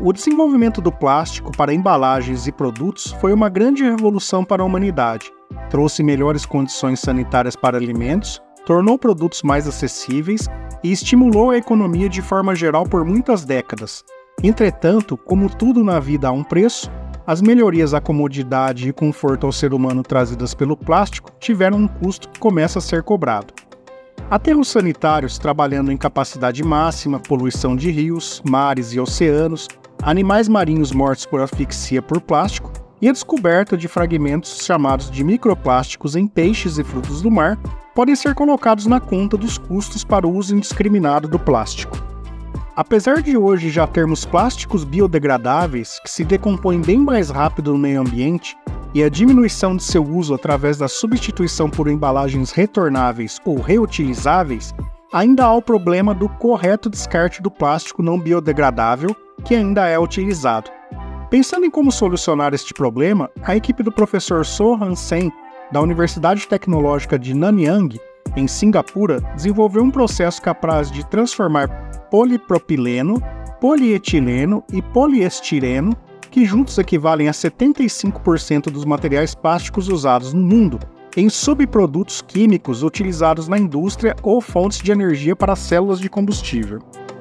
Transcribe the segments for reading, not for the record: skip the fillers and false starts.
O desenvolvimento do plástico para embalagens e produtos foi uma grande revolução para a humanidade. Trouxe melhores condições sanitárias para alimentos, tornou produtos mais acessíveis e estimulou a economia de forma geral por muitas décadas. Entretanto, como tudo na vida há um preço, as melhorias à comodidade e conforto ao ser humano trazidas pelo plástico tiveram um custo que começa a ser cobrado. Aterros sanitários trabalhando em capacidade máxima, poluição de rios, mares e oceanos, animais marinhos mortos por asfixia por plástico e a descoberta de fragmentos chamados de microplásticos em peixes e frutos do mar podem ser colocados na conta dos custos para o uso indiscriminado do plástico. Apesar de hoje já termos plásticos biodegradáveis que se decompõem bem mais rápido no meio ambiente e a diminuição de seu uso através da substituição por embalagens retornáveis ou reutilizáveis, ainda há o problema do correto descarte do plástico não biodegradável que ainda é utilizado. Pensando em como solucionar este problema, a equipe do professor Sohan Sen, da Universidade Tecnológica de Nanyang, em Singapura, desenvolveu um processo capaz de transformar polipropileno, polietileno e poliestireno, que juntos equivalem a 75% dos materiais plásticos usados no mundo, em subprodutos químicos utilizados na indústria ou fontes de energia para células de combustível.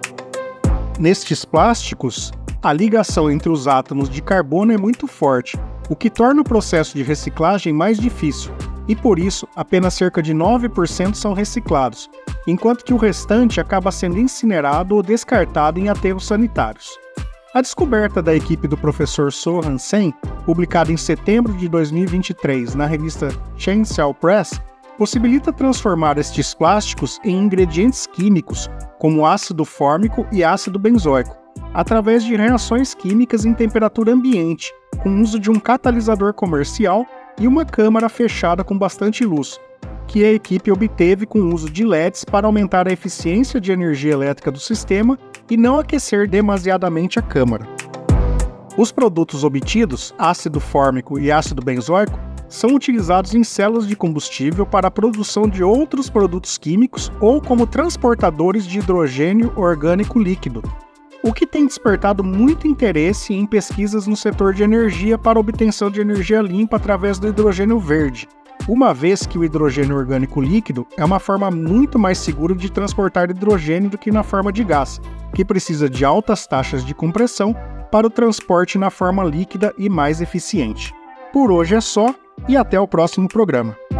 Nestes plásticos, a ligação entre os átomos de carbono é muito forte, o que torna o processo de reciclagem mais difícil, e por isso apenas cerca de 9% são reciclados, enquanto que o restante acaba sendo incinerado ou descartado em aterros sanitários. A descoberta da equipe do professor Sohan Sen, publicada em setembro de 2023 na revista Chancellor Press, possibilita transformar estes plásticos em ingredientes químicos, como ácido fórmico e ácido benzoico, através de reações químicas em temperatura ambiente, com o uso de um catalisador comercial e uma câmara fechada com bastante luz, que a equipe obteve com o uso de LEDs para aumentar a eficiência de energia elétrica do sistema e não aquecer demasiadamente a câmara. Os produtos obtidos, ácido fórmico e ácido benzoico, são utilizados em células de combustível para a produção de outros produtos químicos ou como transportadores de hidrogênio orgânico líquido, o que tem despertado muito interesse em pesquisas no setor de energia para a obtenção de energia limpa através do hidrogênio verde, uma vez que o hidrogênio orgânico líquido é uma forma muito mais segura de transportar hidrogênio do que na forma de gás, que precisa de altas taxas de compressão para o transporte na forma líquida e mais eficiente. Por hoje é só, e até o próximo programa.